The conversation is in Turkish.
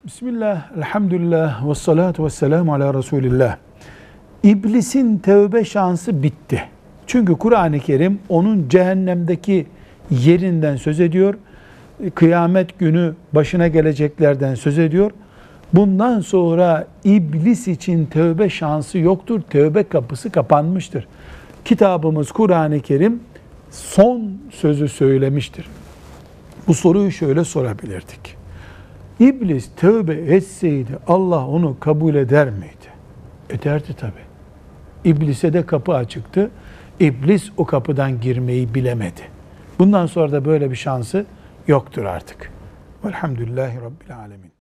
Bismillah, elhamdülillah, ve salatu ve selamu ala Resulillah. İblisin tövbe şansı bitti. Çünkü Kur'an-ı Kerim onun cehennemdeki yerinden söz ediyor. Kıyamet günü başına geleceklerden söz ediyor. Bundan sonra iblis için tövbe şansı yoktur. Tövbe kapısı kapanmıştır. Kitabımız Kur'an-ı Kerim son sözü söylemiştir. Bu soruyu şöyle sorabilirdik. İblis tövbe etseydi Allah onu kabul eder miydi? Ederdi tabi. İblise de kapı açıktı. İblis o kapıdan girmeyi bilemedi. Bundan sonra da böyle bir şansı yoktur artık. Velhamdülillahi Rabbil Alemin.